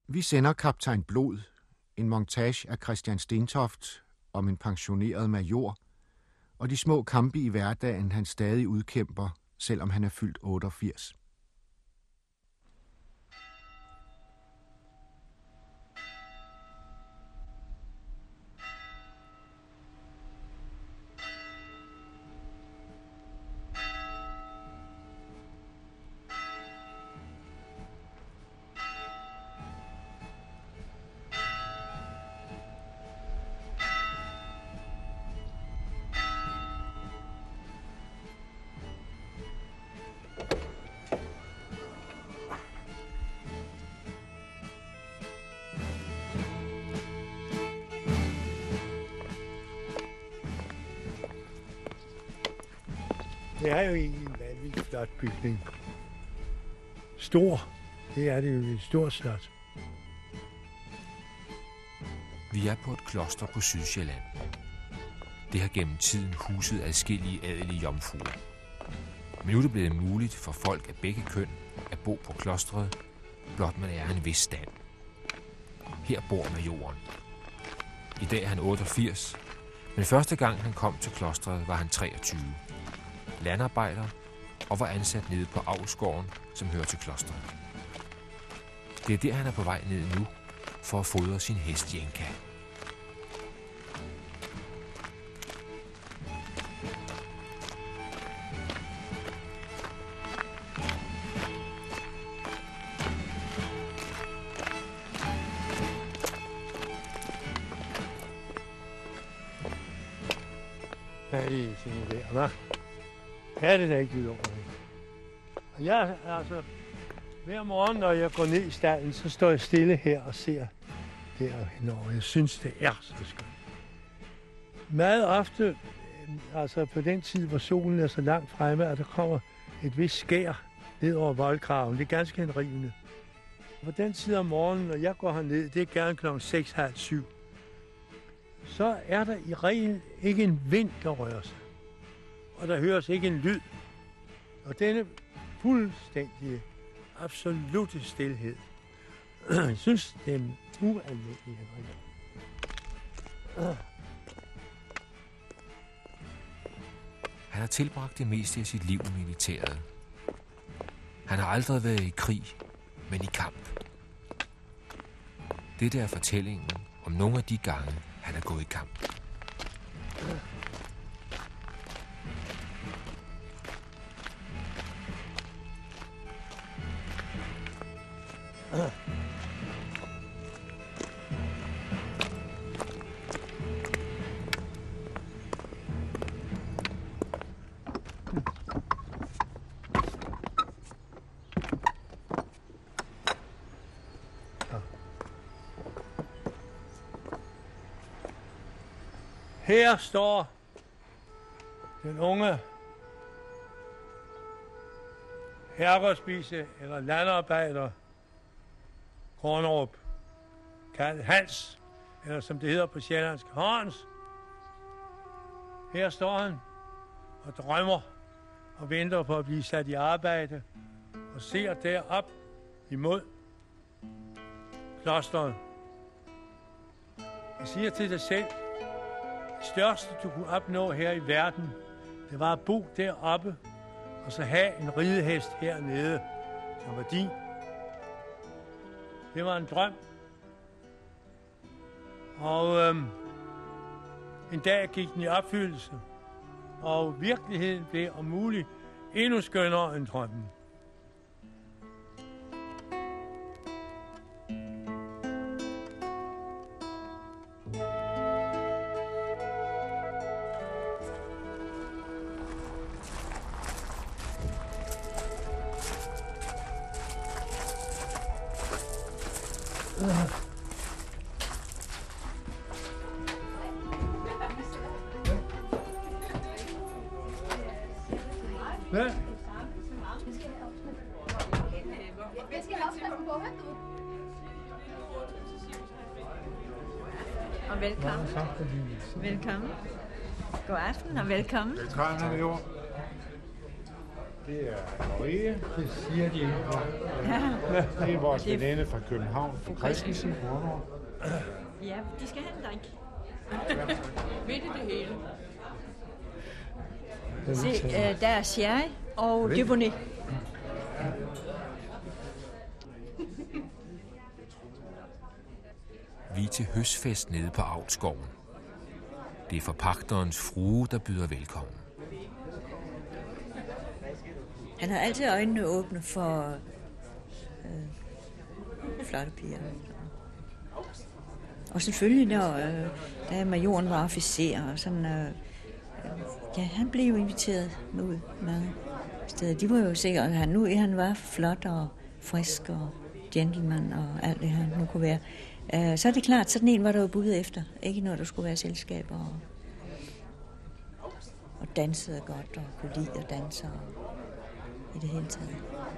Vi sender Kaptajn Blod, en montage af Christian Stentoft om en pensioneret major, og de små kampe i hverdagen, han stadig udkæmper, selvom han er fyldt 88. Det er jo egentlig en vanvittig flot bygning. Stor. Det er det jo et stort slot. Vi er på et kloster på Sydsjælland. Det har gennem tiden huset adskillige adelige jomfruer. Men nu er det blevet muligt for folk af begge køn at bo på klostret, blot man er en vis stand. Her bor majoren. I dag er han 88, men første gang han kom til klostret var han 23. Landarbejder og var ansat nede på avlsgården, som hører til klostret. Det er der, han er på vej ned nu, for at fodre sin hest Jenka. Hvad er det sådan der, hva'? Ja, det er da ikke vidunderligt. Og jeg, altså, hver morgen, når jeg går ned i stalden, så står jeg stille her og ser derhenover. Jeg synes, det er så skønt. Meget ofte, altså på den tid, hvor solen er så langt fremme, at der kommer et vist skær ned over voldgraven. Det er ganske henrivende. På den tid om morgenen, når jeg går herned, det er gerne klokken 6:30-7, så er der i regel ikke en vind, der rører sig. Og der høres ikke en lyd. Og denne fuldstændige, absolute stilhed. Jeg synes, det er ualmindeligt, Henrik. Han har tilbragt det meste af sit liv i militæret. Han har aldrig været i krig, men i kamp. Dette er fortællingen om nogle af de gange, han er gået i kamp. Her står den unge herrespise eller landarbejder Kornerup, kaldet Hans, eller som det hedder på sjællandsk, Hans. Her står han og drømmer og venter på at blive sat i arbejde og ser derop imod klosteret. Jeg siger til dig selv, det største, du kunne opnå her i verden, det var at bo deroppe, og så have en ridehest hernede, som var din. Det var en drøm. Og en dag gik den i opfyldelse, og virkeligheden blev om muligt endnu skønnere end drømmen. Hvad? Og velkommen. Velkommen. God aften og velkommen. Velkommen, major. Det er Marie, det siger de. Det er vores veninde fra København, fra Christensen. Ja, de skal have en drink. Midt i det hele. Se, der er sherry og Dubonnet. Vi er til høstfest nede på Avlskoven. Det er forpagterens frue, der byder velkommen. Han har altid øjnene åbne for flotte piger. Og selvfølgelig, da majoren var officer, og sådan, ja, han blev jo inviteret ud mange steder. De var jo sikre, at han var flot og frisk og gentleman og alt det, han nu kunne være. Så er det klart, sådan en var der jo bud efter. Ikke når der skulle være selskaber og dansede godt og kunne lide at danse og i det hele taget.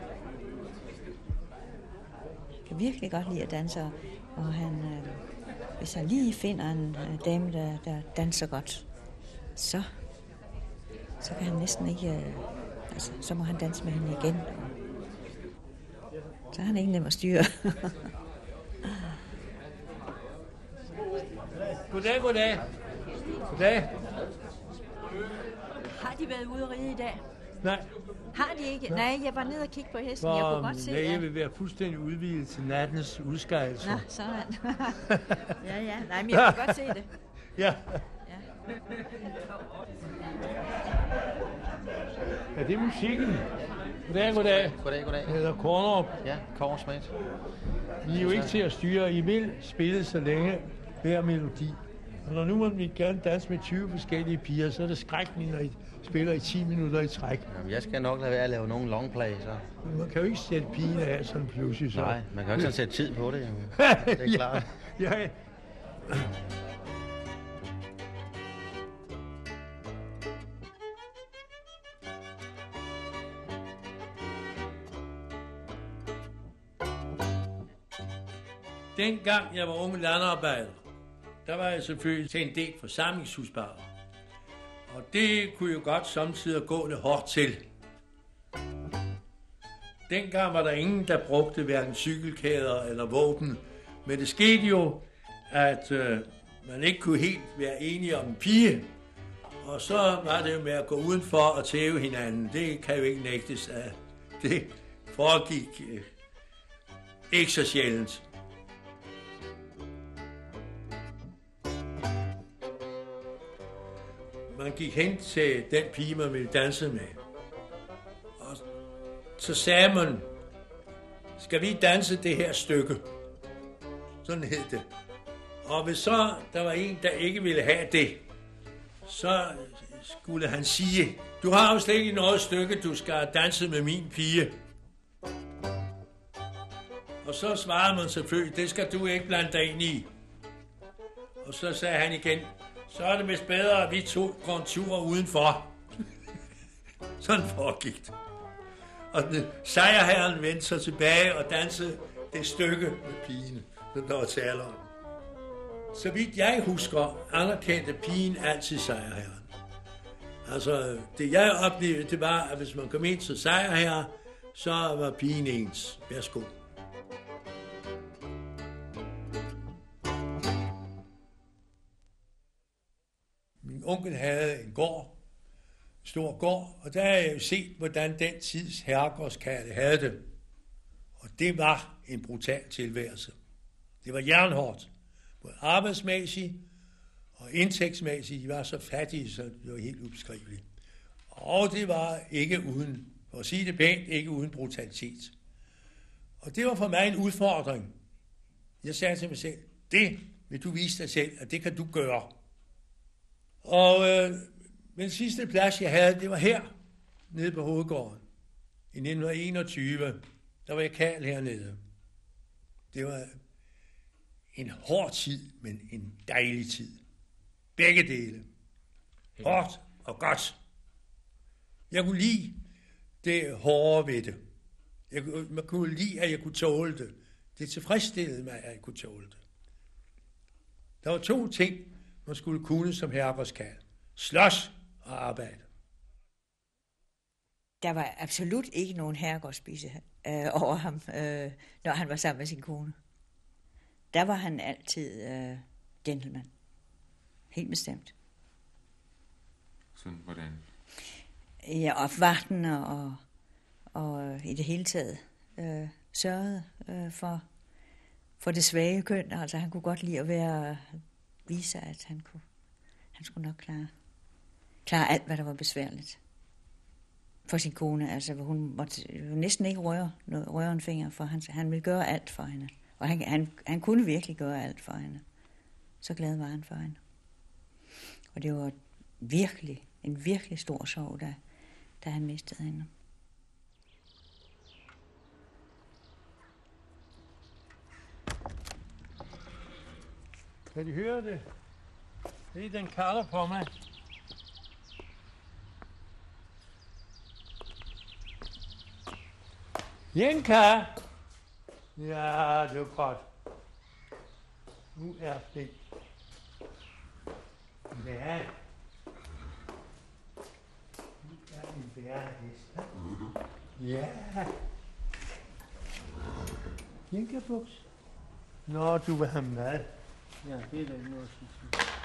Jeg kan virkelig godt lide at danse, og han, hvis han lige finder en dame, der danser godt, så kan han næsten ikke, så må han danse med hende igen. Så er han ikke nem at styre. Goddag. Goddag. Har de været ude at ride i dag? Nej. Har de ikke? Nej, jeg var nede og kigge på hesten. Jeg kunne godt se, jeg vil være fuldstændig udvidet til nattens udskejelse. Nå, sådan. Ja. Nej, men jeg kan godt se det. Ja. Er det musikken? Goddag. Goddag. Jeg hedder Kornerup. Ja, Korsmed. Vi er jo ikke til at styre. I vil spille så længe hver melodi. Og når nu må vi gerne danse med 20 forskellige piger, så er det skrækkeligt, når I spiller i 10 minutter i træk. Jamen, jeg skal nok lade være at lave nogen longplay, så. Man kan jo ikke sætte pigen af sådan pludselig. Så. Nej, man kan jo ikke sådan sætte tid på det. Det er klart. Ja. Dengang jeg var unge landarbejder, der var jeg selvfølgelig til en del forsamlingshusbarer. Og det kunne jo godt samtidig gå lidt hårdt til. Dengang var der ingen, der brugte hverken cykelkæder eller våben. Men det skete jo, at man ikke kunne helt være enige om en pige. Og så var det jo med at gå udenfor og tæve hinanden. Det kan jo ikke nægtes af. Det foregik ikke så sjældent. Man gik hen til den pige, man ville danse med. Og så sagde man, skal vi danse det her stykke? Sådan hed det. Og hvis så der var en, der ikke ville have det, så skulle han sige, du har jo slet ikke noget stykke, du skal danse med min pige. Og så svarede man selvfølgelig, det skal du ikke blande dig ind i. Og så sagde han igen, så er det vist bedre, at vi to går en tur udenfor. Sådan foregik det. Og sejrherren vendte sig tilbage og dansede det stykke med pigen, der var tale om. Så vidt jeg husker, anerkendte pigen altid sejrherren. Altså, det jeg oplevede, det var, at hvis man kom ind til sejrherren, så var pigen ens. Værsgo. Min onkel havde en gård, en stor gård, og der har jeg jo set, hvordan den tids herregårdskarle havde det. Og det var en brutal tilværelse. Det var jernhårdt. Både arbejdsmæssigt og indtægtsmæssigt. De var så fattige, så det var helt ubeskriveligt. Og det var ikke uden, for at sige det pænt, ikke uden brutalitet. Og det var for mig en udfordring. Jeg sagde til mig selv, det vil du vise dig selv, at det kan du gøre. Og den sidste plads, jeg havde, det var her, nede på Hovedgården. I 1921, der var jeg karl hernede. Det var en hård tid, men en dejlig tid. Begge dele. Hårdt og godt. Jeg kunne lide det hårde ved det. Man kunne lide, at jeg kunne tåle det. Det tilfredsstillede mig, at jeg kunne tåle det. Der var 2 ting, man skulle kunne som herregårdskarl. Slås og arbejde. Der var absolut ikke nogen herregårdsspise over ham, når han var sammen med sin kone. Der var han altid gentleman. Helt bestemt. Sådan, hvordan? Ja, opvagten og i det hele taget sørgede for det svage køn. Altså han kunne godt lide at vise, at han skulle nok klare alt, hvad der var besværligt for sin kone. Altså hun måtte jo næsten ikke røre en finger, for han ville gøre alt for hende. Og han kunne virkelig gøre alt for hende. Så glad var han for hende. Og det var en virkelig stor sorg, da han mistede hende. Kan de høre det? Det er den kalder på mig. Jenka! Ja, det er godt. Nu er det. Ja. Nu er en bærehest. Ja. Jenka buks. Nå, du vil have mad. Ja, det er da ikke noget at sige.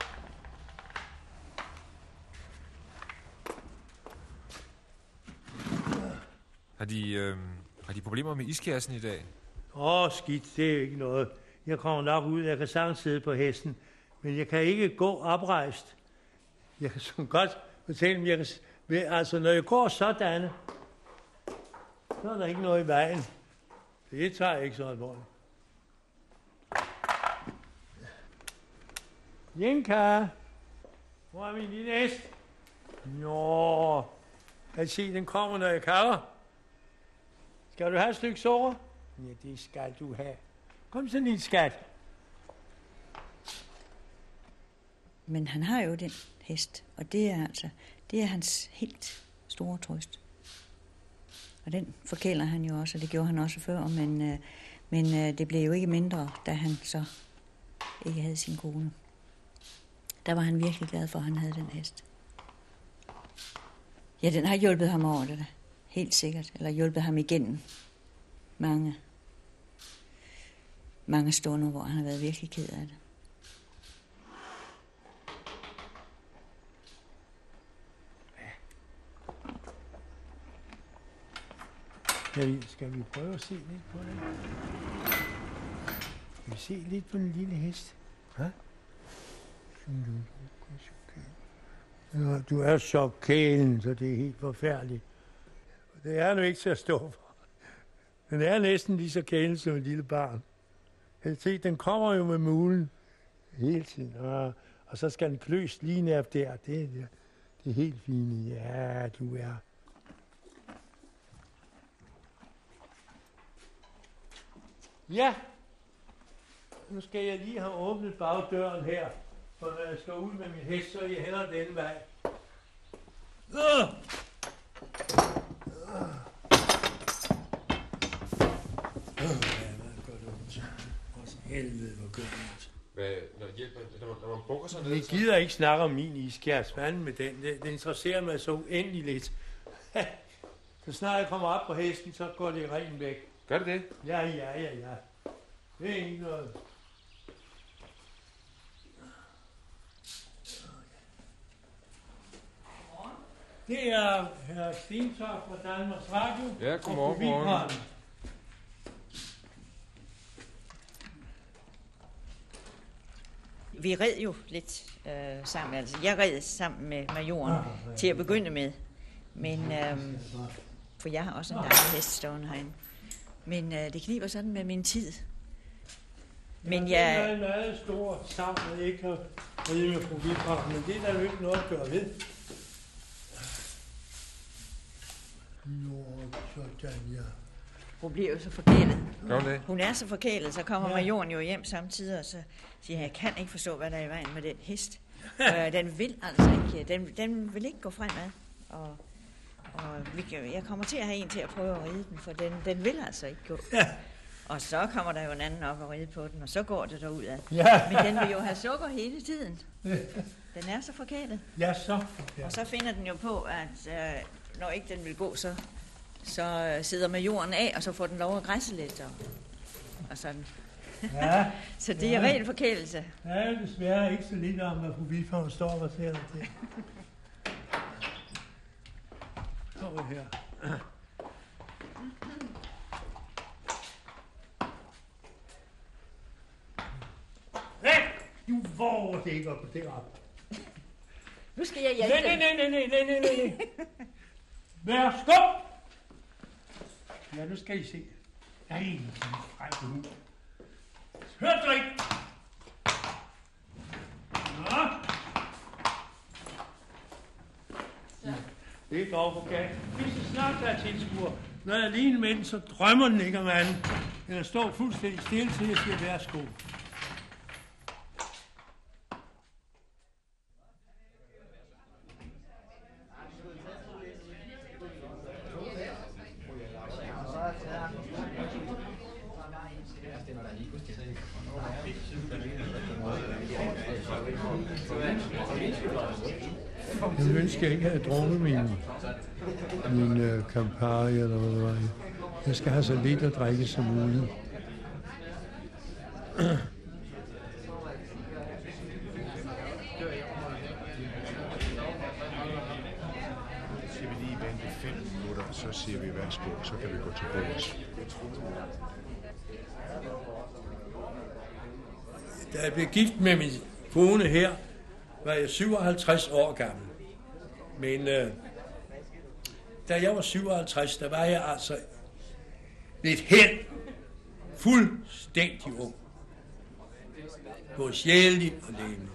Har de problemer med iskassen i dag? Skidt, det er ikke noget. Jeg kommer nok ud, jeg kan sagtens sidde på hesten, men jeg kan ikke gå oprejst. Jeg kan så godt fortælle dem, altså når jeg går sådan, så er der ikke noget i vejen. Det tager jeg ikke så alvorligt. Jenka, hvor er min lille hest? Nå, jeg se, den kommer, når jeg kalder. Skal du have et stykke sukker? Ja, det skal du have. Kom så, lille skat. Men han har jo den hest, og det er hans helt store trøst. Og den forkæler han jo også, og det gjorde han også før, men det blev jo ikke mindre, da han så ikke havde sin kone. Der var han virkelig glad for, at han havde den hest. Ja, den har hjulpet ham over det da. Helt sikkert. Eller hjulpet ham igennem mange stunder, hvor han har været virkelig ked af det. Skal vi prøve at se lidt på det? Skal vi se lidt på den lille hest? Hva? Du er chokkeret, så det er helt forfærdeligt. Det er nu ikke til at stå for. Den er næsten lige så kælen som et lille barn. Se, den kommer jo med mulen hele tiden. Og så skal den kløs lige nær der. Det er helt fint. Ja, du er. Ja. Nu skal jeg lige have åbnet bagdøren her. For når jeg skal ud med min hest, så er jeg hellere denne vej. Helvede, hvor gør det. Hvad, når man bukker sådan Vi gider ikke snakke om min iskærs. Fanden med den. Det interesserer mig så uendelig lidt. Så snart jeg kommer op på hesten, så går det rent væk. Gør det det? Ja. Det er ikke noget. Det er hr. Stentoft fra Danmarks Radio. Ja, godmorgen. Vi red jo lidt sammen. Altså, jeg red sammen med majoren til at begynde med. Men, for jeg har også en dejlig hest stående herinde. Men det kniber sådan med min tid. Men jeg er en meget stor savn, at jeg ikke har ride med fru Vilbrand, men det er der jo ikke noget at gøre ved. Nå, sådan ja. Hun bliver jo så forkælet. Det? Hun er så forkælet, så kommer majoren jo hjem samtidig, og så siger jeg kan ikke forstå, hvad der er i vejen med den hest. Den vil altså ikke, den vil ikke gå fremad. Og jeg kommer til at have en til at prøve at ride den, for den vil altså ikke gå. Ja. Og så kommer der jo en anden op og ride på den, og så går det derudad. Ja. Men den vil jo have sukker hele tiden. Den er så forkælet. Ja, så. Ja. Og så finder den jo på, at når ikke den vil gå, så sidder majoren af, og så får den lov at græsse lidt og sådan. Ja. Så det er ren forkælelse. Ja, desværre ikke så lidt om, at fru Vilfang står og ser det til. Så her. Du våger det ikke op på det op. Nu skal jeg hjælpe dem. Nej. Værsgo! Ja, nu skal I se. Nej, frem nu. Hørte du ikke? Nå. Det går for galt. Vi skal snart være tilskuer. Når jeg er alene med den, så drømmer den ikke om anden. Den står fuldstændig stille, til jeg siger værsgo. Jeg ønsker, jeg ikke havde drukket min Campari, eller hvad det var. Jeg skal have så lidt at drikke som muligt. Skal vi lige vente 5 minutter, så siger vi værsgo, så kan vi gå til bords. Da jeg blev gift med min kone her, var jeg 57 år gammel. Men da jeg var 57, der var jeg altså lidt helt fuldstændig ung. Både sjældent og levende.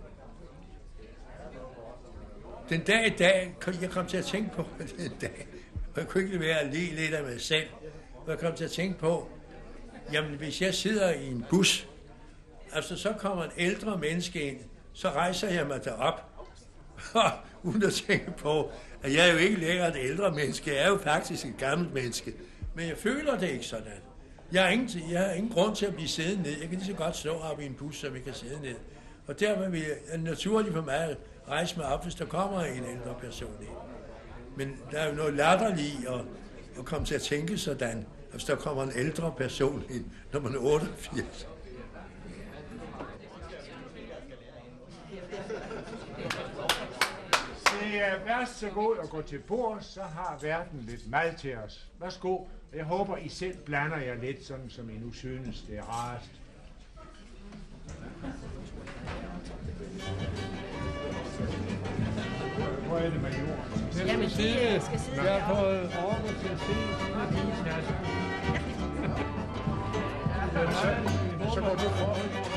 Den dag i dag, jeg kom til at tænke på den dag, og jeg kunne ikke være at le lidt af mig selv, og jeg kom til at tænke på, jamen hvis jeg sidder i en bus, altså så kommer en ældre menneske ind, så rejser jeg mig derop, uden at tænke på, at jeg er jo ikke længere et ældre menneske, jeg er jo faktisk et gammelt menneske, men jeg føler det ikke sådan. Jeg har ingen grund til at blive siddende ned, jeg kan lige så godt stå oppe i en bus, så vi kan sidde ned. Og dermed er det naturligt for mig at rejse mig op, hvis der kommer en ældre person ind. Men der er jo noget latterligt at komme til at tænke sådan, hvis der kommer en ældre person ind, når man er 88. Vær så god at gå til bord, så har verden lidt mad til os. Værsgo. Jeg håber, I selv blander jer lidt, sådan som I nu synes, det er rarest. Hvor er det med jorden? Jamen, de skal sidde Jeg har derovre. fået ordre til at sidde Så går du for.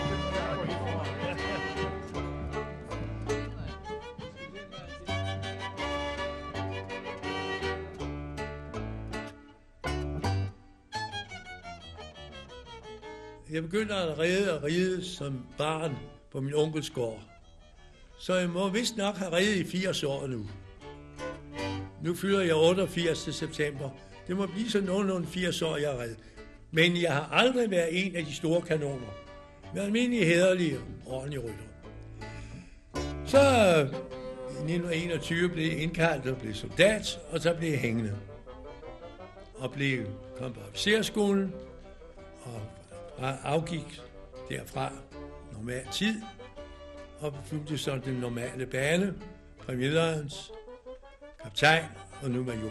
Jeg begyndte at ride som barn på min onkels gård. Så jeg må vist nok have ridet i 80 år nu. Nu fylder jeg 88 til september. Det må blive sådan nogenlunde 80 år, jeg har ridet. Men jeg har aldrig været en af de store kanoner. Jeg er almindelig hæderlig og ordentlig rytter. Så i 1921 blev jeg indkaldt og blev soldat, og så blev jeg hængende. Og kom på officerskolen og afgik derfra normal tid og fulgte så den normale bane, premierlederens, kaptajn og nu major.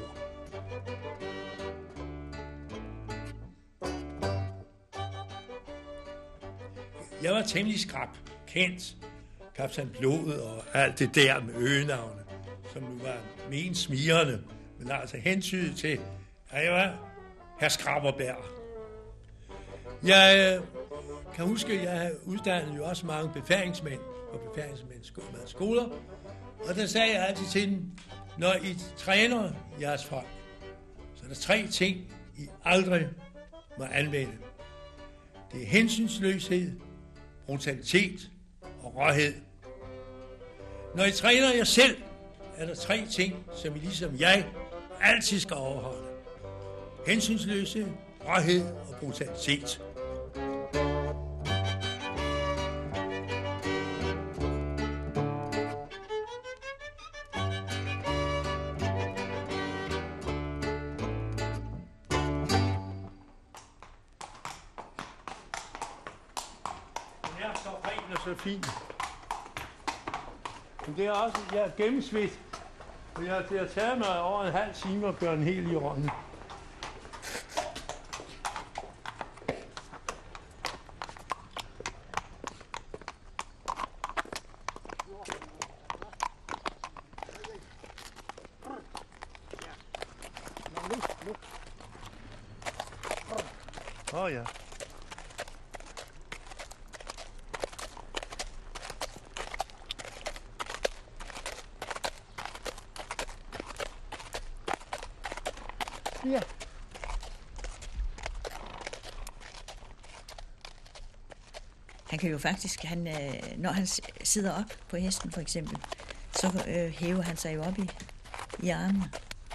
Jeg var temmelig skrap, kendt, kaptajn Blodet og alt det der med øgenavne, som nu var men smirrende, men altså hensyn til, at jeg var herr Skrabberberg. Jeg kan huske, at jeg har uddannet jo også mange befalingsmænd på befalingsmænds skoler, og der sagde jeg altid til dem, når I træner jeres folk, så er der 3 ting, I aldrig må anvende. Det er hensynsløshed, brutalitet og råhed. Når I træner jer selv, er der 3 ting, som I ligesom jeg altid skal overholde. Hensynsløshed, råhed og brutalitet. er så ren og så fin. Men det er også, jeg er gennemsvidt. Det har taget mig over en halv time at gøre den helt i orden. Ja. Ja. Han kan jo faktisk, når han sidder op på hesten for eksempel, så hæver han sig jo op i armene.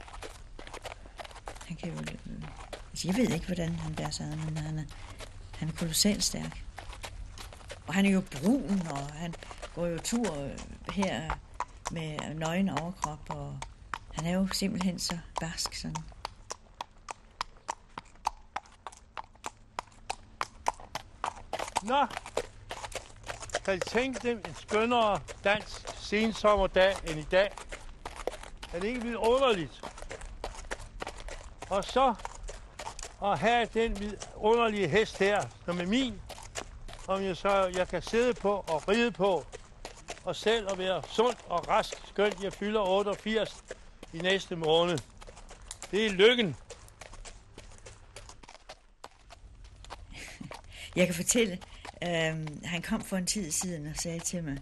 Han kan jo... Jeg ved ikke, hvordan han bærer sig ad, men han er kolossalt stærk. Og han er jo brun, og han går jo tur her med nøgen overkrop, og han er jo simpelthen så barsk sådan. Nå, kan I tænke dem en skønnere dansk sensommerdag end i dag? Er det ikke vildt underligt? Og så at have den underlige hest her, som er min, som jeg kan sidde på og ride på, og selv at være sund og rask, skønt jeg fylder 88 i næste måned. Det er lykken. Jeg kan fortælle, han kom for en tid siden og sagde til mig,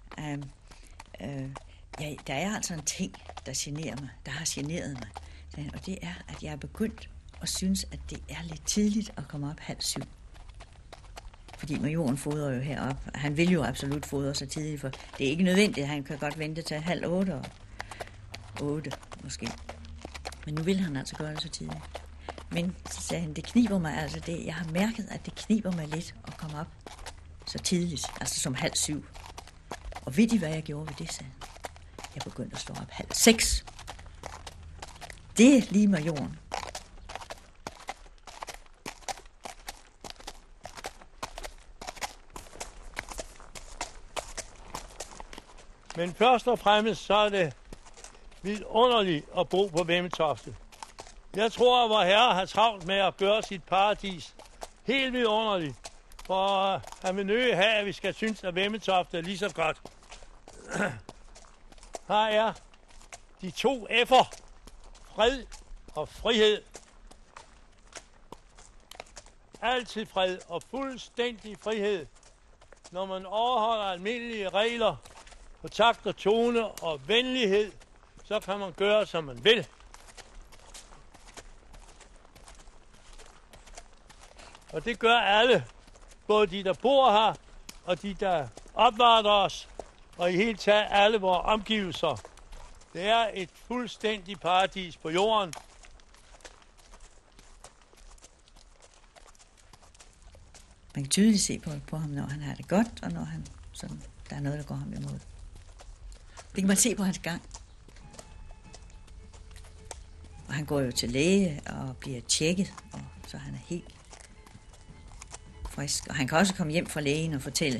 der er altså en ting, der generer mig, der har generet mig. Og det er, at jeg er begyndt at synes, at det er lidt tidligt at komme op 6:30. Fordi majoren fodrer jo herop. Han vil jo absolut fodre så tidligt, for det er ikke nødvendigt. Han kan godt vente til 7:30 og 8 måske. Men nu vil han altså gøre det så tidligt. Men så sagde han, det kniber mig altså det. Jeg har mærket, at det kniber mig lidt at komme op så tidligt, altså som 6:30. Og ved I, hvad jeg gjorde ved det, sagde han? Jeg begyndte at stå op 5:30. Det er lige majoren. Men først og fremmest så er det vidunderligt at bo på Vemmetofte. Jeg tror, at vor Herre har travlt med at gøre sit paradis helt vidunderligt. For han vil nøje have, at vi skal synes, at Vemmetofte er lige så godt. Her er de 2 F'er. Fred og frihed. Altid fred og fuldstændig frihed. Når man overholder almindelige regler på takt og tone og venlighed, så kan man gøre, som man vil. Og det gør alle. Både de, der bor her, og de, der opvarter os, og i hele taget alle vores omgivelser. Det er et fuldstændigt paradis på jorden. Man kan tydeligt se på ham, når han har det godt, og når han sådan, der er noget, der går ham imod. Det kan man se på hans gang. Og han går jo til læge og bliver tjekket, og så han er helt frisk. Og han kan også komme hjem fra lægen og fortælle,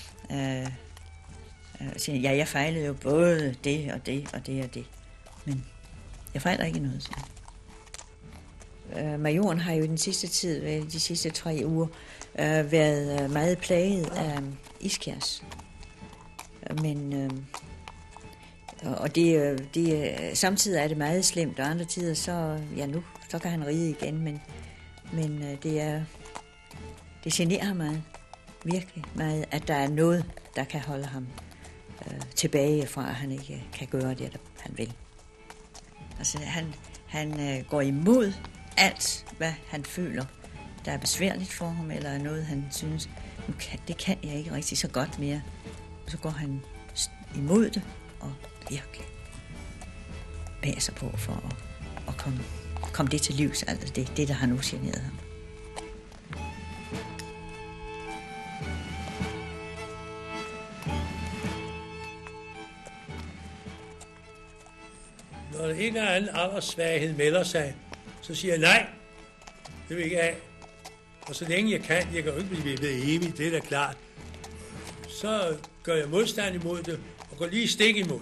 ja, jeg fejlede jo både det og det og det og det. Men jeg fejler ikke noget, siger han. Majoren har jo den sidste tid, de sidste 3 uger, været meget plaget af iskærs. Men og det samtidig er det meget slemt, og andre tider så kan han ride igen, men det generer ham meget, virkelig meget, at der er noget, der kan holde ham tilbage fra, at han ikke kan gøre det, han vil. Altså han går imod alt, hvad han føler, der er besværligt for ham, eller noget, han synes, det kan jeg ikke rigtig så godt mere. Og så går han imod det, og virkelig bærer sig på for at komme det til livs, altså det, der har nu generet ham. Når en eller anden alderssvaghed melder sig, så siger jeg nej, det vil jeg ikke have. Og så længe jeg kan jo ikke blive ved evigt, det er da klart. så gør jeg modstand imod det, og går lige stik imod.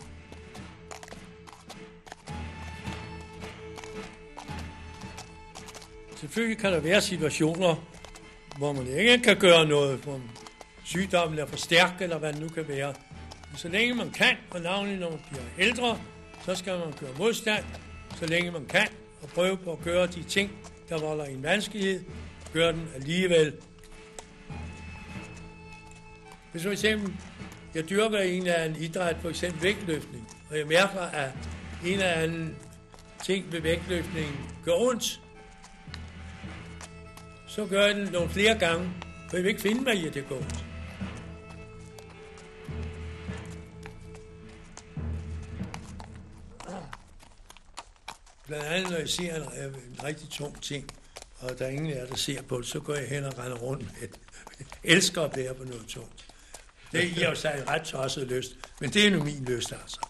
Selvfølgelig kan der være situationer, hvor man ikke kan gøre noget, hvor sygdommen er for stærk, eller hvad det nu kan være. Men så længe man kan, og navnlig når man bliver ældre, så skal man gøre modstand, så længe man kan, og prøve på at gøre de ting, der volder en vanskelighed, gør den alligevel. Hvis for eksempel, jeg dyrker en eller anden idræt, for eksempel vægtløftning, og jeg mærker, at en eller anden ting ved vægtløftningen gør ondt, så gør jeg den nogle flere gange, for jeg vil ikke finde mig i, at det går ondt. Blandt andet, når jeg ser en rigtig tung ting, og der er ingen af jer, der ser på det, så går jeg hen og render rundt med det. Jeg elsker at bære på noget tungt. Det er i og for sig en ret tosset lyst, men det er nu min lyst, altså.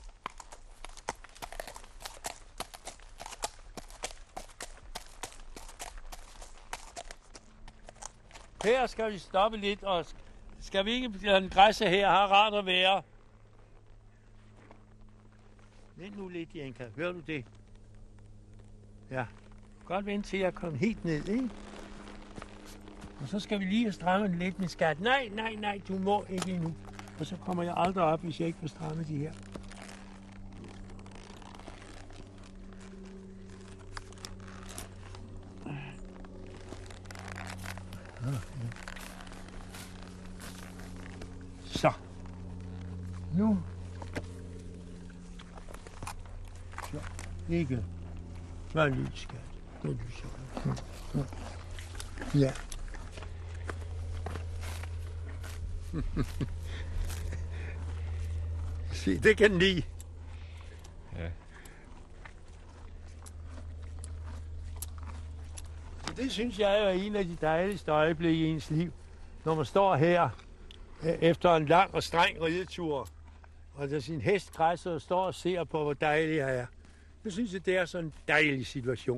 Her skal vi stoppe lidt, og skal vi ikke lade den græsse her har rart at være. Vent nu lidt, Janka. Hører du det? Ja. Godt vente til jeg kommer helt ned, ikke? Og så skal vi lige have strammet den lidt med skat. Nej, du må ikke endnu. Og så kommer jeg aldrig op, hvis jeg ikke får strammet de her. Så. Nu. Så. Ikke. Vær lyd, skat. Nu er du så. Ja. Se, det kan den lide. Ja. Det synes jeg er en af de dejligste øjeblikke i ens liv, når man står her efter en lang og streng ridetur, og der sin hest græsser og står og ser på, hvor dejlig jeg er. Jeg synes, det er sådan en dejlig situation.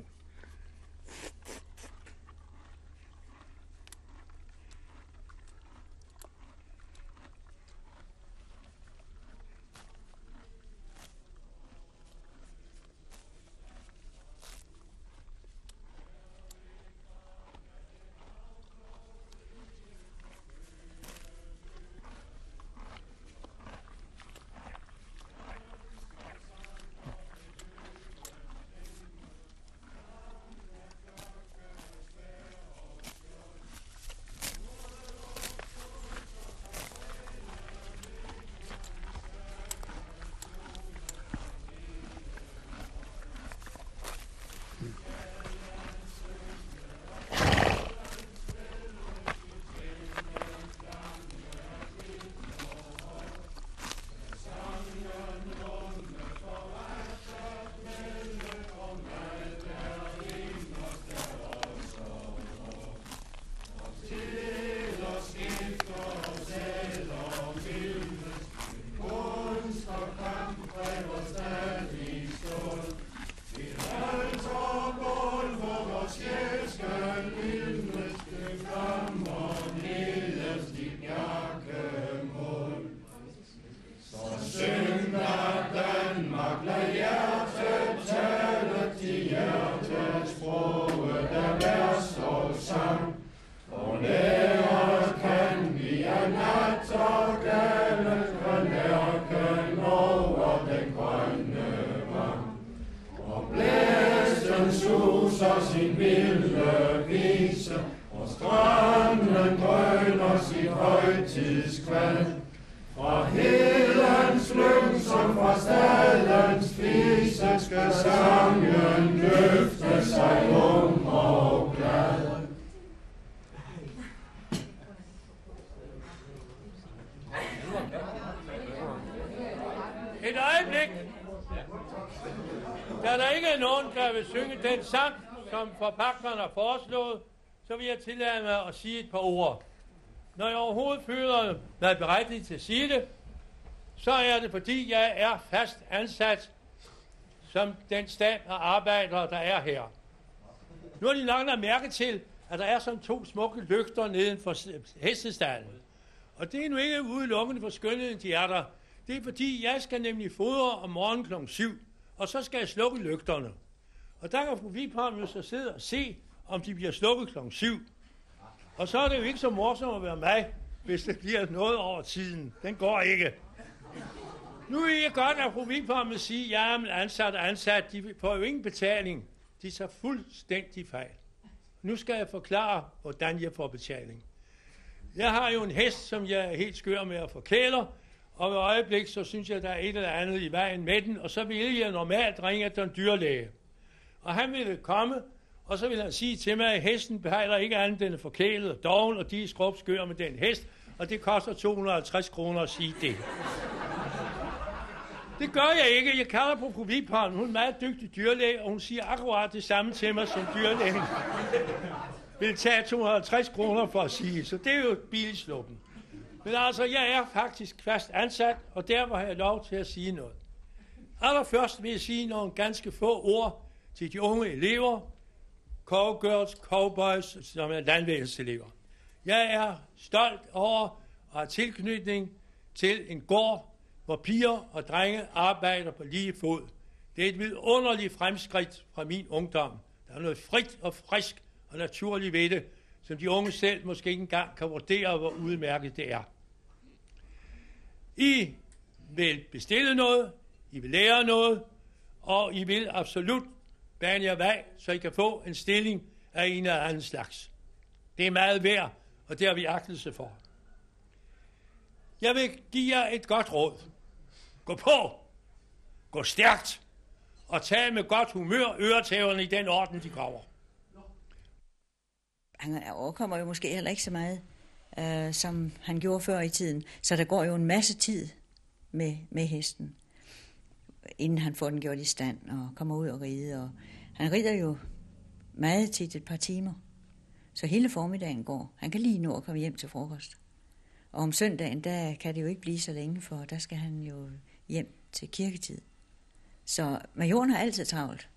Et øjeblik. Da der ikke er nogen, der vil synge den sang, som forpagteren har foreslået, så vil jeg tillade mig at sige et par ord. Når jeg overhovedet føler mig berettiget til at sige det, så er det fordi, jeg er fast ansat som den stab af arbejdere, der er her. Nu har de nok lagt mærke til, at der er sådan 2 smukke lygter neden for hestestallen. Og det er nu ikke udelukkende for skønheden, de er der. Det er fordi, jeg skal nemlig fodre om morgenen kl. 7, og så skal jeg slukke lygterne. Og der kan fru Vibholm så sidde og se, om de bliver slukket kl. 7. Og så er det jo ikke så morsomt at være mig, hvis det bliver noget over tiden. Den går ikke. Nu vil jeg godt, at fru Vibholm vil sige, ja, men ansat, de får jo ingen betaling. De tager fuldstændig fejl. Nu skal jeg forklare, hvordan jeg får betaling. Jeg har jo en hest, som jeg er helt skør med at forkæle, og ved øjeblik, så synes jeg, der er et eller andet i vejen med den, og så vil jeg normalt ringe efter en dyrlæge. Og han ville komme, og så vil han sige til mig, at hesten behejler ikke andet end forkælet og doven, og de er skrubskør med den hest, og det koster 250 kroner at sige det. Det gør jeg ikke. Jeg kalder på fru Vibholm. Hun er en meget dygtig dyrlæge, og hun siger akkurat det samme til mig, som dyrlægen vil tage 250 kroner for at sige. Så det er jo bilsluppen. Men altså, jeg er faktisk fast ansat, og derfor har jeg lov til at sige noget. Allerførst vil jeg sige nogle ganske få ord til de unge elever, cowgirls, cowboys, som er landvægelseselever. Jeg er stolt over at have tilknytning til en gård, hvor piger og drenge arbejder på lige fod. Det er et vidunderligt fremskridt fra min ungdom. Der er noget frit og frisk og naturligt ved det, som de unge selv måske ikke engang kan vurdere, hvor udmærket det er. I vil bestille noget, I vil lære noget, og I vil absolut bane jer vej, så I kan få en stilling af en eller anden slags. Det er meget værd, og det har vi agtelse for. Jeg vil give jer et godt råd. Gå på, gå stærkt, og tag med godt humør øretæverne i den orden, de graver. Han overkommer jo måske heller ikke så meget, som han gjorde før i tiden. Så der går jo en masse tid med hesten, inden han får den gjort i stand og kommer ud og ride. Og han rider jo meget tit, et par timer. Så hele formiddagen går. Han kan lige nå at komme hjem til frokost. Og om søndagen, der kan det jo ikke blive så længe, for der skal han jo hjem til kirketid. Så majoren har altid travlt.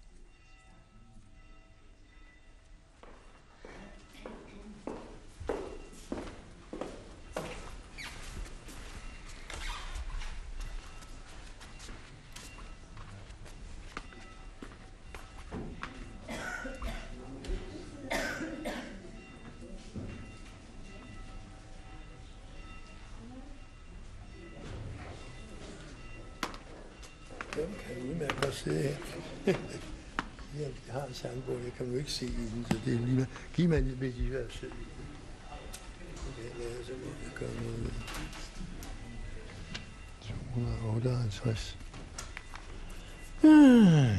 Den kan udmærket godt sidde her. Jeg har en sangbog, jeg kan jo ikke se i den, så det er lige med. Giv mig lidt med de her sød i den. Okay, lad os se, hvad jeg gør noget med. 258. Ja.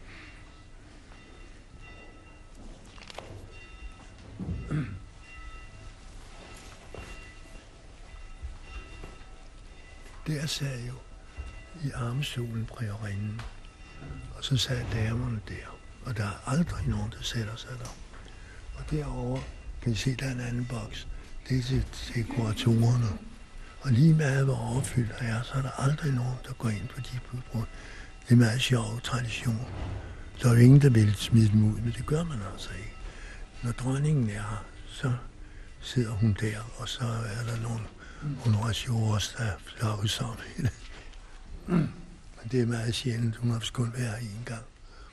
Der sad jo i armsolen priorinden, og så sad damerne der, og der er aldrig nogen, der sætter sig der. Og derovre kan I se, der er en anden boks. Det er til dekoratorerne. Og lige meget hvor overfyldt er, så er der aldrig nogen, der går ind på de budbrud. Det er meget sjov tradition. Så er jo ingen, der vil smide dem ud, men det gør man altså ikke. Når dronningen er her, så sidder hun der, og så er der nogle honoratiorer, der flagger sammen i det. Men det er meget sjældent, hun har kun været her en gang.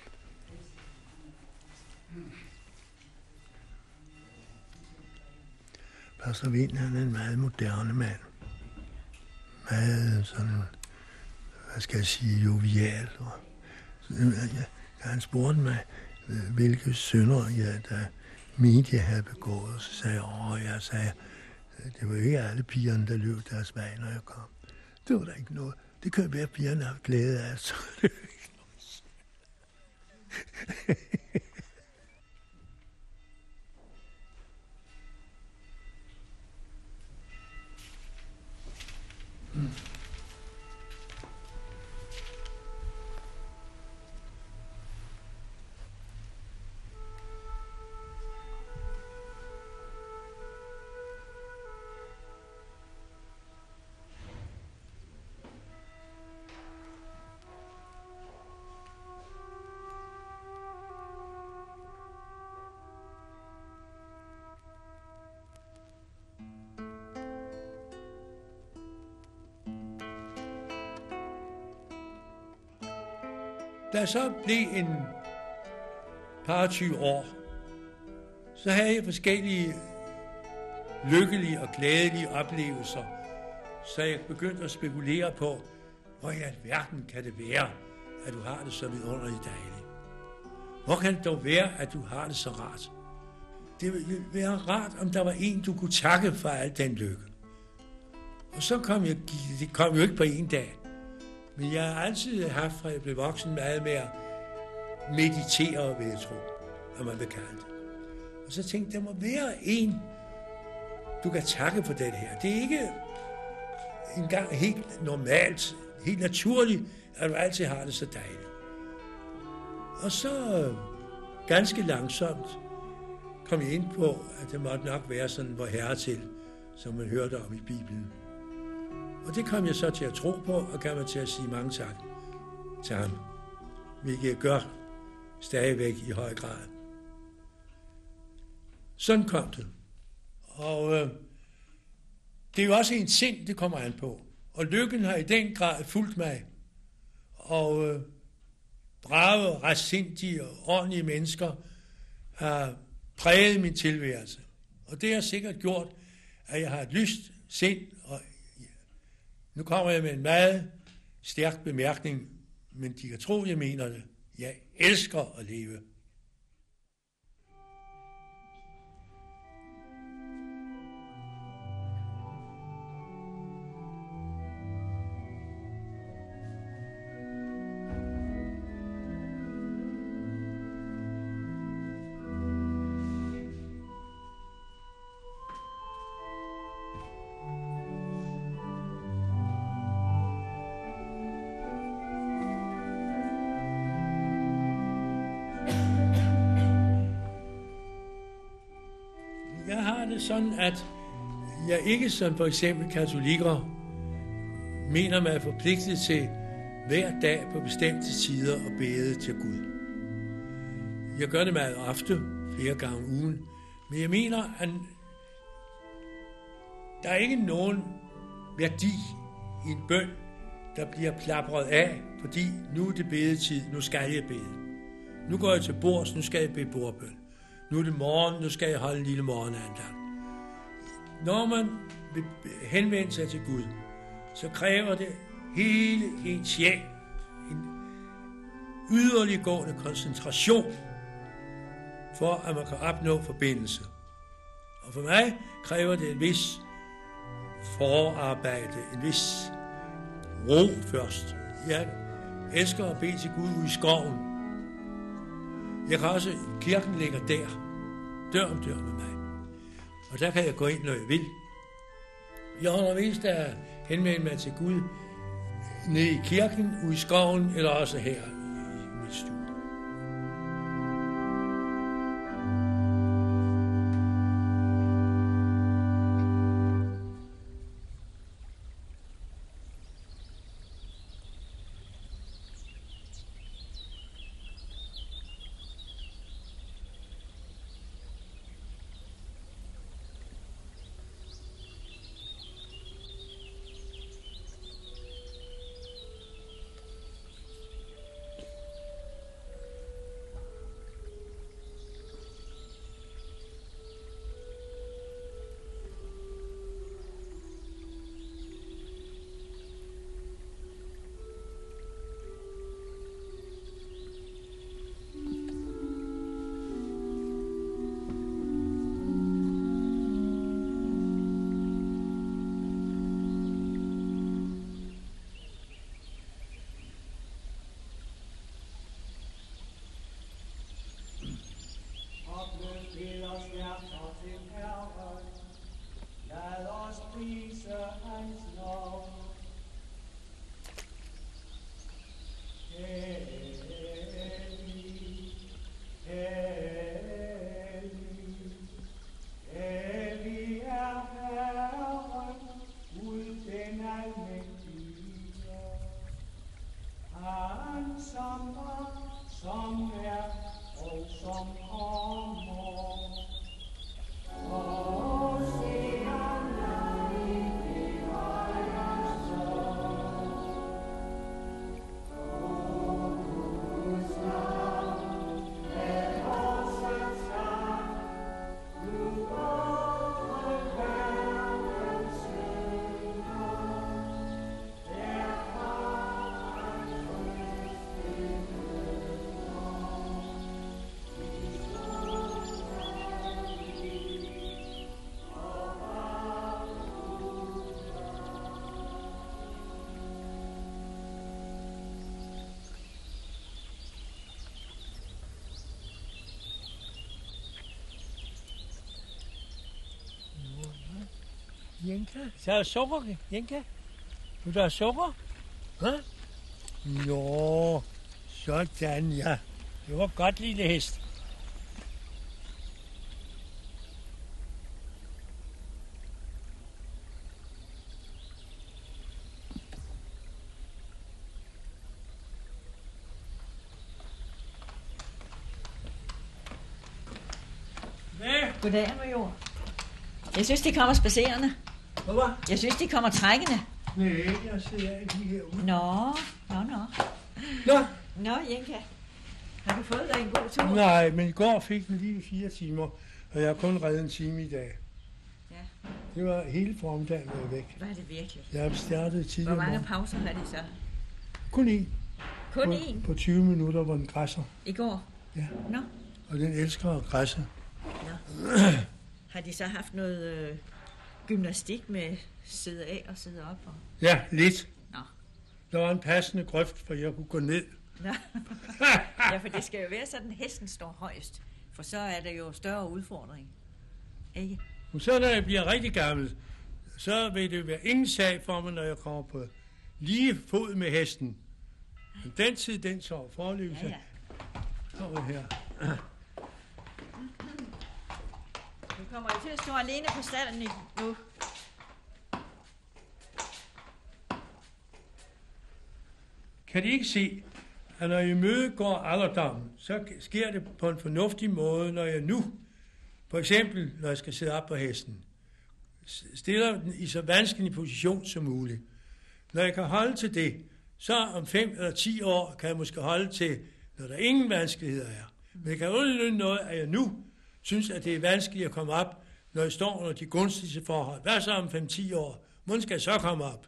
Pastor Vind, han er en meget moderne mand. Meget sådan, hvad skal jeg sige, jovial. Han spurgte mig, hvilke synder jeg da mente, jeg havde begået. Så sagde jeg, det var ikke alle pigerne, der løb deres vej, når jeg kom. Det var der ikke noget. Det kan være, at pigerne har glæde af, så det er ikke noget. Da så blev en par 20 år, så havde jeg forskellige lykkelige og glædelige oplevelser, så jeg begyndte at spekulere på, hvor i alverden kan det være, at du har det så vidunderligt dejligt. Hvor kan det dog være, at du har det så rart? Det ville være rart, om der var en, du kunne takke for al den lykke. Og så det kom jo ikke på en dag, men jeg har altid haft, fra jeg blev voksen, meget med at meditere, vil jeg tro, hvad man vil kalde det. Og så tænkte jeg, der må være en, du kan takke for det her. Det er ikke engang helt normalt, helt naturligt, at du altid har det så dejligt. Og så ganske langsomt kom jeg ind på, at det måtte nok være sådan, hvor Herre til, som man hørte om i Bibelen. Og det kom jeg så til at tro på, og kom til at sige mange tak til ham, hvilket jeg gør stadigvæk i høj grad. Sådan kom det. Og det er jo også en sind, det kommer an på. Og lykken har i den grad fulgt mig. Og brave, retsindige og ordentlige mennesker har præget min tilværelse. Og det har sikkert gjort, at jeg har et lyst sind. Og nu kommer jeg med en meget stærk bemærkning, men de kan tro, jeg mener det. Jeg elsker at leve. Jeg har det sådan, at jeg ikke som for eksempel katolikker mener mig forpligtet til hver dag på bestemte tider at bede til Gud. Jeg gør det meget ofte, flere gange om ugen, men jeg mener, at der er ikke nogen værdi i en bøn, der bliver plapret af, fordi nu er det bedetid, nu skal jeg bede. Nu går jeg til bords, nu skal jeg bede bordbøn. Nu er det morgen, nu skal jeg holde en lille morgenandagt. Når man vil henvende sig til Gud, så kræver det hele ens sjæl en yderliggående koncentration, for at man kan opnå forbindelse. Og for mig kræver det en vis forarbejde, en vis ro først. Jeg elsker at bede til Gud ude i skoven. Jeg kan også, kirken ligger der, dør om dør med mig. Og der kan jeg gå ind, når jeg vil. Jeg holder mest af at henvende mig til Gud nede i kirken, ude i skoven, eller også her i mit stue. Jenka, så er der sukker, Jenka. Vil du have sukker? Hå? Jo, sådan ja. Det var godt, lille hest. Goddag, major. Jeg synes, de kommer spacerende. Hvad? Jeg synes, de kommer trækkende. Nej, jeg sidder ikke herude. Nå. Nå, Jenka. Har du fået dig en god tur? Nej, men i går fik den lige 4 timer, og jeg har kun reddet en time i dag. Ja. Det var hele formiddagen var væk. Var det virkelig? Jeg startede tidligere. Hvor mange pauser har de så? Kun én. Kun én? På 20 minutter, hvor den græsser. I går? Ja. Nå. Og den elsker at græsse. Nå. Har de så haft noget gymnastik med sidde af og sidde op? Og... Ja, lidt. Nå. Der var en passende grøft, for jeg kunne gå ned. Nå. Ja, for det skal jo være sådan, hesten står højst. For så er det jo større udfordring. Ikke? Men så når jeg bliver rigtig gammel, så vil det være ingen sag for mig, når jeg kommer på lige fod med hesten. Men den tid, den så forløbet. Ja. Kommer her. Nu kommer jeg til at stå alene på stallen nu. Kan de ikke se, at når jeg imødegår alderdommen, så sker det på en fornuftig måde, når jeg nu, for eksempel når jeg skal sidde op på hesten, stiller den i så vanskelig en position som muligt. Når jeg kan holde til det, så om 5 eller 10 år kan jeg måske holde til, når der ingen vanskeligheder er. Men jeg kan underlønne noget, at jeg nu synes, at det er vanskeligt at komme op, når jeg står under de gunstigste forhold. Hvad så om 5-10 år? Hvordan skal jeg så komme op?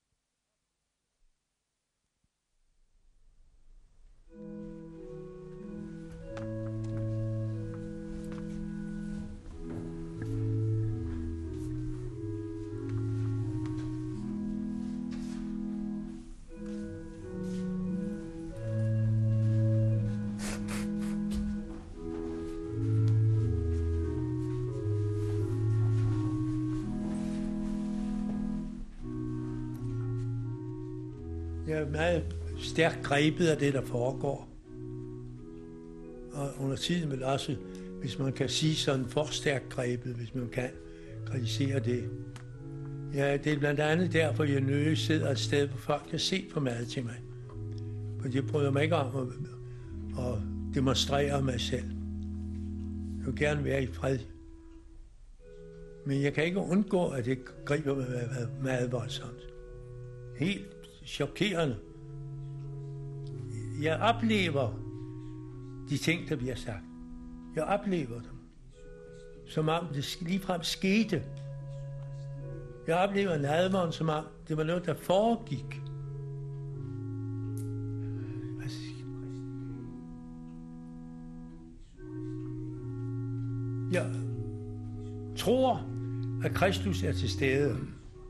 Jeg er meget stærkt grebet af det, der foregår. Og under tiden vil også, hvis man kan sige sådan, for stærkt grebet, hvis man kan kritisere det. Ja, det er blandt andet derfor, jeg nødig sidder et sted, hvor folk kan se på mad til mig. For jeg bryder mig ikke om at demonstrere mig selv. Jeg vil gerne være i fred. Men jeg kan ikke undgå, at det griber mig meget voldsomt. Helt chokerende. Jeg oplever de ting, der bliver sagt. Jeg oplever dem, som om det ligefrem skete. Jeg oplever nadveren, som om det var noget, der foregik. Jeg tror, at Kristus er til stede.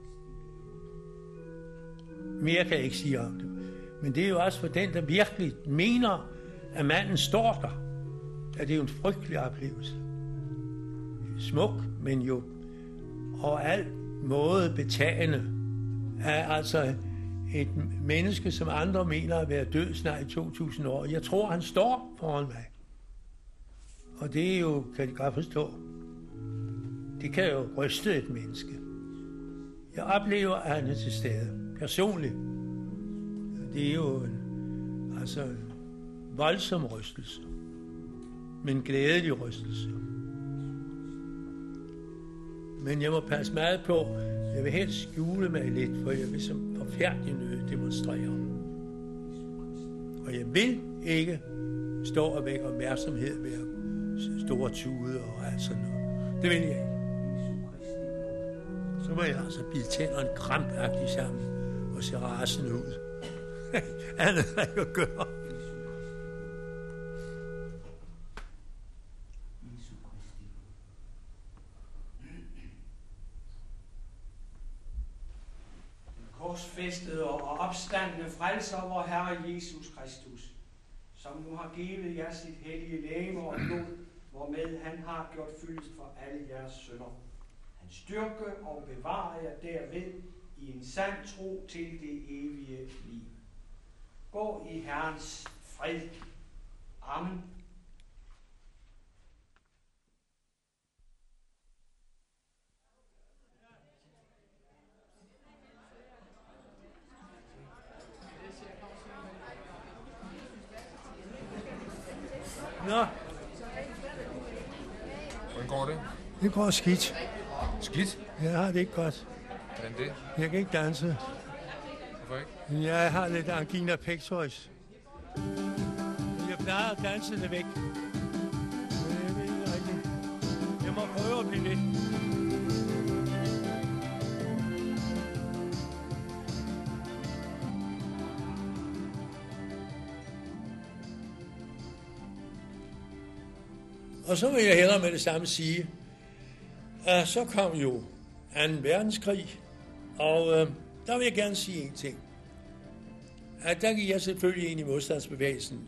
Mere kan jeg ikke sige om det. Men det er jo også for den, der virkelig mener, at manden står der. At det er jo en frygtelig oplevelse. Smuk, men jo over alt måde betagende af altså et menneske, som andre mener at være død snart i 2000 år. Jeg tror, han står foran mig. Og det er jo, kan de godt forstå, det kan jo ryste et menneske. Jeg oplever, at han er til stede. Personligt. Det er jo en voldsom rystelse. Men glædelig rystelse. Men jeg må passe meget på. Jeg vil helst skjule mig lidt, for jeg vil som forfærdelig nød demonstrere. Og jeg vil ikke stå og vække opmærksomhed ved at store tude og alt sådan noget. Det vil jeg ikke. Så må jeg altså bide tænderne krampagtigt sammen og se rasende ud. Andet har jeg at gøre. Korsfæstede og opstandende frelser, vor Herre Jesus Kristus, som nu har givet jer sit hellige legeme og blod, hvormed han har gjort fyldest for alle jeres synder. Han styrke og bevare jer derved i en sand tro til det evige liv. Gå i Herrens fred. Amen. Nå, Hvordan går det? det går skidt. Skidt? Jeg har det ikke godt. Hvordan det? Jeg kan ikke danse. Hvorfor ikke? Jeg har lidt angina pectoris. Jeg plejer at danse det væk. Men jeg ved ikke rigtigt. Jeg må prøve at blive lidt. Og så vil jeg hellere med det samme sige, at så kom jo 2. verdenskrig, og der vil jeg gerne sige en ting. At der gik jeg selvfølgelig ind i modstandsbevægelsen.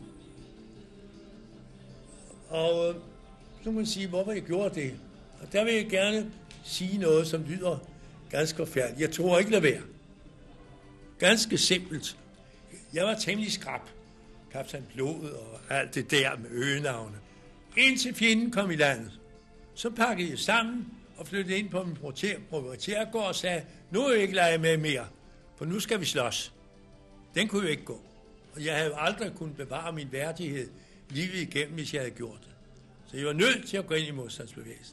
Og så kan man sige, hvorfor jeg gjorde det. Og der vil jeg gerne sige noget, som lyder ganske forfærdeligt. Jeg tror ikke lade være. Ganske simpelt. Jeg var temmelig skrap. Kaptajn Blod og alt det der med øgenavne. Indtil fjenden kom i landet. Så pakkede jeg sammen og flyttede ind på min proprietærgård og sagde, nu er jeg ikke lege med mere, for nu skal vi slås. Den kunne jo ikke gå. Og jeg havde aldrig kunnet bevare min værdighed livet igennem, hvis jeg havde gjort det. Så jeg var nødt til at gå ind i modstandsbevægelsen.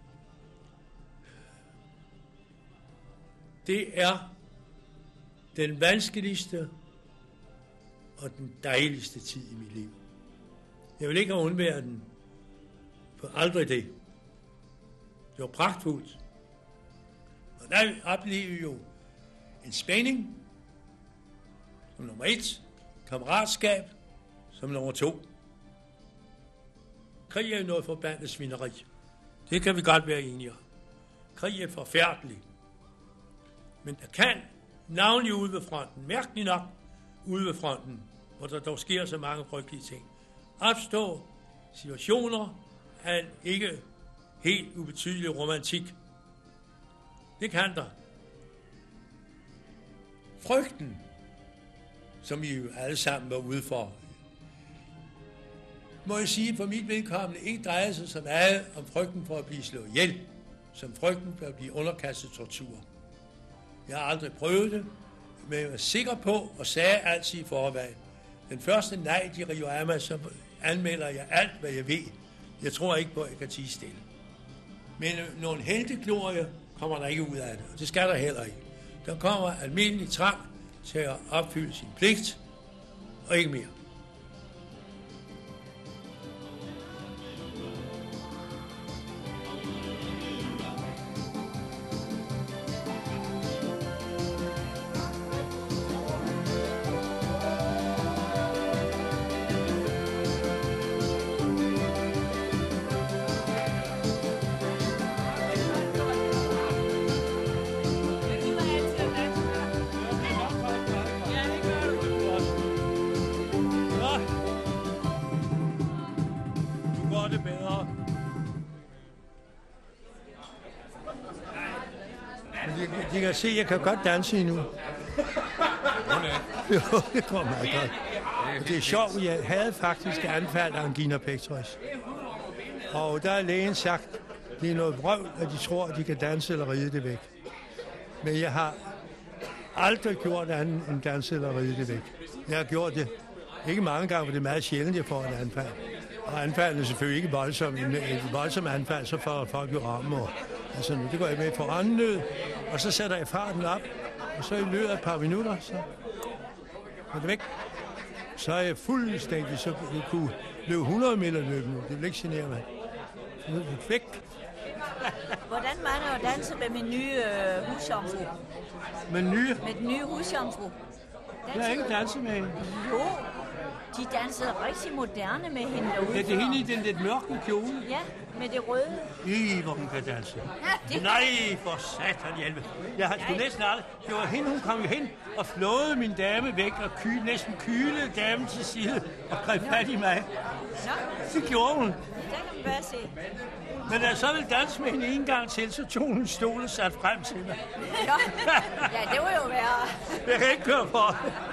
Det er den vanskeligste og den dejligste tid i mit liv. Jeg vil ikke have undværet den. For aldrig det. Det var pragtfuldt. Og der oplevede vi jo en spænding som nummer 1, kammeratskab som nummer 2. Krig er jo noget forbandet svineri. Det kan vi godt være enige om. Krig er forfærdelig. Men der kan, navnlig ude ved fronten, mærkeligt nok ude ved fronten, hvor der dog sker så mange frygtelige ting, opstå situationer af en ikke helt ubetydelig romantik. Det kan der. Frygten, som vi jo alle sammen var ude for, må jeg sige for mit vedkommende ikke drejer sig så meget om frygten for at blive slået ihjel, som frygten for at blive underkastet tortur. Jeg har aldrig prøvet det, men jeg var sikker på og sagde altid i forvejen, den første nej, de river af mig, så anmelder jeg alt, hvad jeg ved. Jeg tror ikke på, at jeg kan tie stille. Men nogle helteglorie kommer der ikke ud af det, og det skal der heller ikke. Der kommer almindelig trang til at opfylde sin pligt, og ikke mere. De kan se, at jeg kan godt danse endnu. Jo, det går meget godt. Og det er sjovt, jeg havde faktisk anfald af angina pectoris. Og der er lægen sagt, det er noget vrøvl, at de tror, at de kan danse eller ride det væk. Men jeg har aldrig gjort andet end danse eller ride det væk. Jeg har gjort det ikke mange gange, for det er meget sjældent, jeg får et anfald. Og anfaldet er selvfølgelig ikke voldsomt. Et voldsomt anfald, så får folk jo ramme. Altså nu, det går jeg med for åndenød, og så sætter jeg farten op, og så i løbet af et par minutter, så er det væk. Så er jeg fuldstændig, så jeg kunne løbe 100 meter løb nu. Det vil ikke genere mig. Så er det væk. Hvordan var det at danse med min nye husjomfru? Med nye? Med den nye husjomfru. Jeg har ikke danset med hende. Jo. De dansede rigtig moderne med hende derude. Ja, det er hende i den lidt mørke kjole. Ja, med det røde. Hvor hun kan danse. det- Nej, for satan hjælpe. Jeg har sgu næsten aldrig. Det var hende, hun kom jo hen og flåede min dame væk og næsten kylede damen til side og greb fat i mig. Nå, Det gjorde hun. der kan man bare se. Men da jeg så ville danse med hende en gang til, så tog hun en stol og satte frem til mig. Nå, ja, det var jo værre. Jeg kan ikke køre for.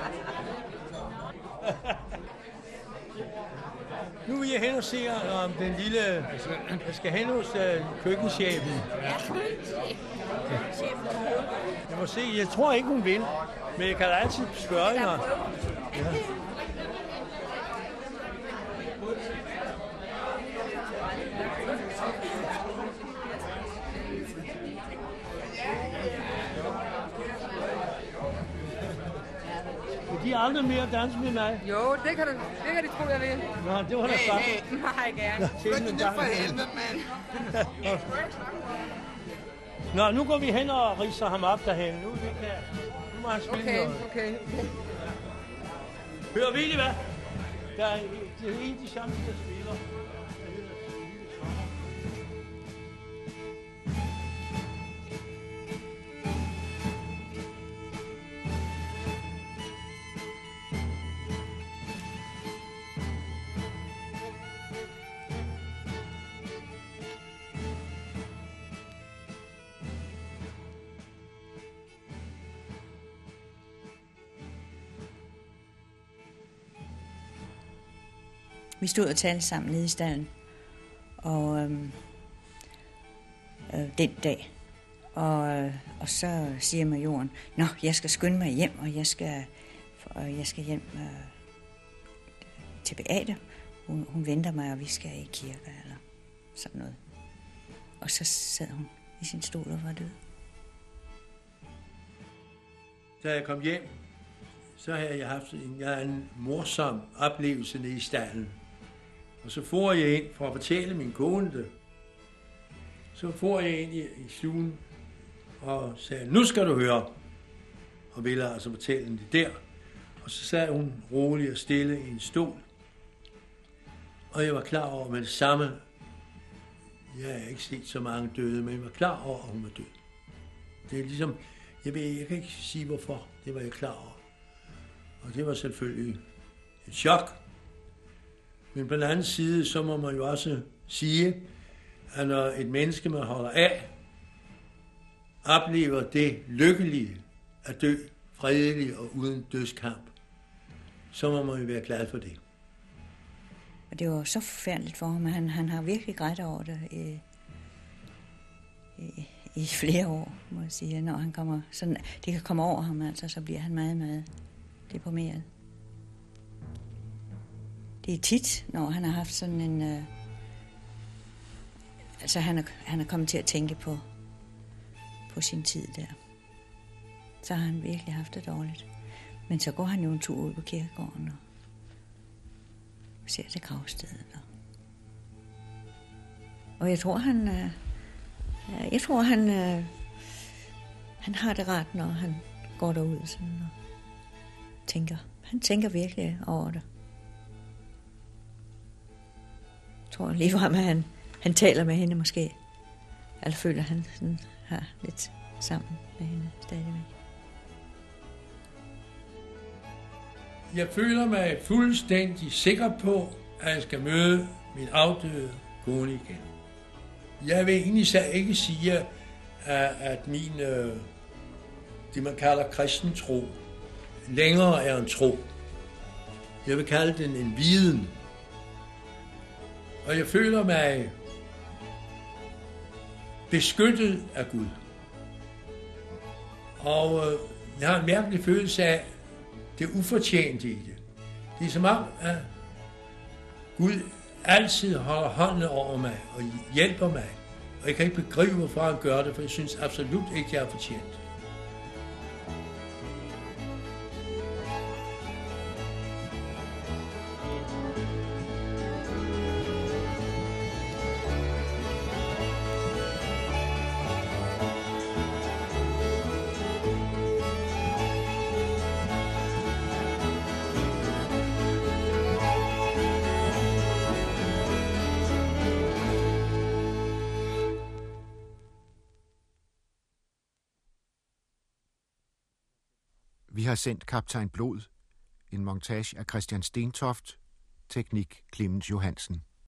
Nu vil jeg hen og se om den lille... Jeg skal hen hos køkkenchefen. Ja, chefen. Jeg må se, jeg tror ikke, hun vil. Men jeg kan da altid spørge hende. Ja. Vil de aldrig mere danse med mig? Jo, det kan de tro, jeg vil. Nå, det var da godt. Nej, gerne. For helvede, mand. Nå, nu går vi hen og ridser ham op derhen. Nu må han spille noget. Okay. Hør, ved I hvad? Det er en af de samme, der spiller. Vi stod og talte sammen nede i stallen, og den dag. Og så siger majoren, nå, jeg skal skynde mig hjem, og jeg skal hjem til Beate. Hun venter mig, og vi skal i kirke eller sådan noget. Og så sad hun i sin stol og var død. Da jeg kom hjem, så havde jeg haft en morsom oplevelse nede i stallen. Og så får jeg ind for at fortælle min kone det. Så får jeg ind i stuen og sagde, nu skal du høre. Og ville altså fortælle det der. Og så sad hun rolig og stille i en stol. Og jeg var klar over med det samme. Jeg har ikke set så mange døde, men jeg var klar over, at hun var død. Det er ligesom, jeg kan ikke sige hvorfor, det var jeg klar over. Og det var selvfølgelig et chok. Men på den anden side, så må man jo også sige, at når et menneske, man holder af, oplever det lykkelige at dø fredelig og uden dødskamp, så må man jo være glad for det. Og det var så forfærdeligt for ham, at han har virkelig grædt over det i flere år, må jeg sige. Når han kommer, sådan, det kan komme over ham, altså, så bliver han meget deprimeret. Det er tit, når han har haft sådan en... altså, han er kommet til at tænke på sin tid der. Så har han virkelig haft det dårligt. Men så går han jo en tur ud på kirkegården og ser det gravstedet. Og jeg tror, han har det rart, når han går derud sådan og tænker. Han tænker virkelig over det. Jeg tror ligefrem, at han taler med hende måske. Eller føler, at han sådan har lidt sammen med hende stadigvæk. Jeg føler mig fuldstændig sikker på, at jeg skal møde min afdøde kone igen. Jeg vil egentlig ikke sige, at min, det man kalder kristen tro, længere er en tro. Jeg vil kalde den en viden. Og jeg føler mig beskyttet af Gud. Og jeg har en mærkelig følelse af det ufortjente i det. Det er som om, at Gud altid holder hånden over mig og hjælper mig. Og jeg kan ikke begribe, hvorfor han gør det, for jeg synes absolut ikke, jeg er fortjent. Vi har sendt Kaptajn Blod, en montage af Christian Stentoft, teknik Clemens Johansen.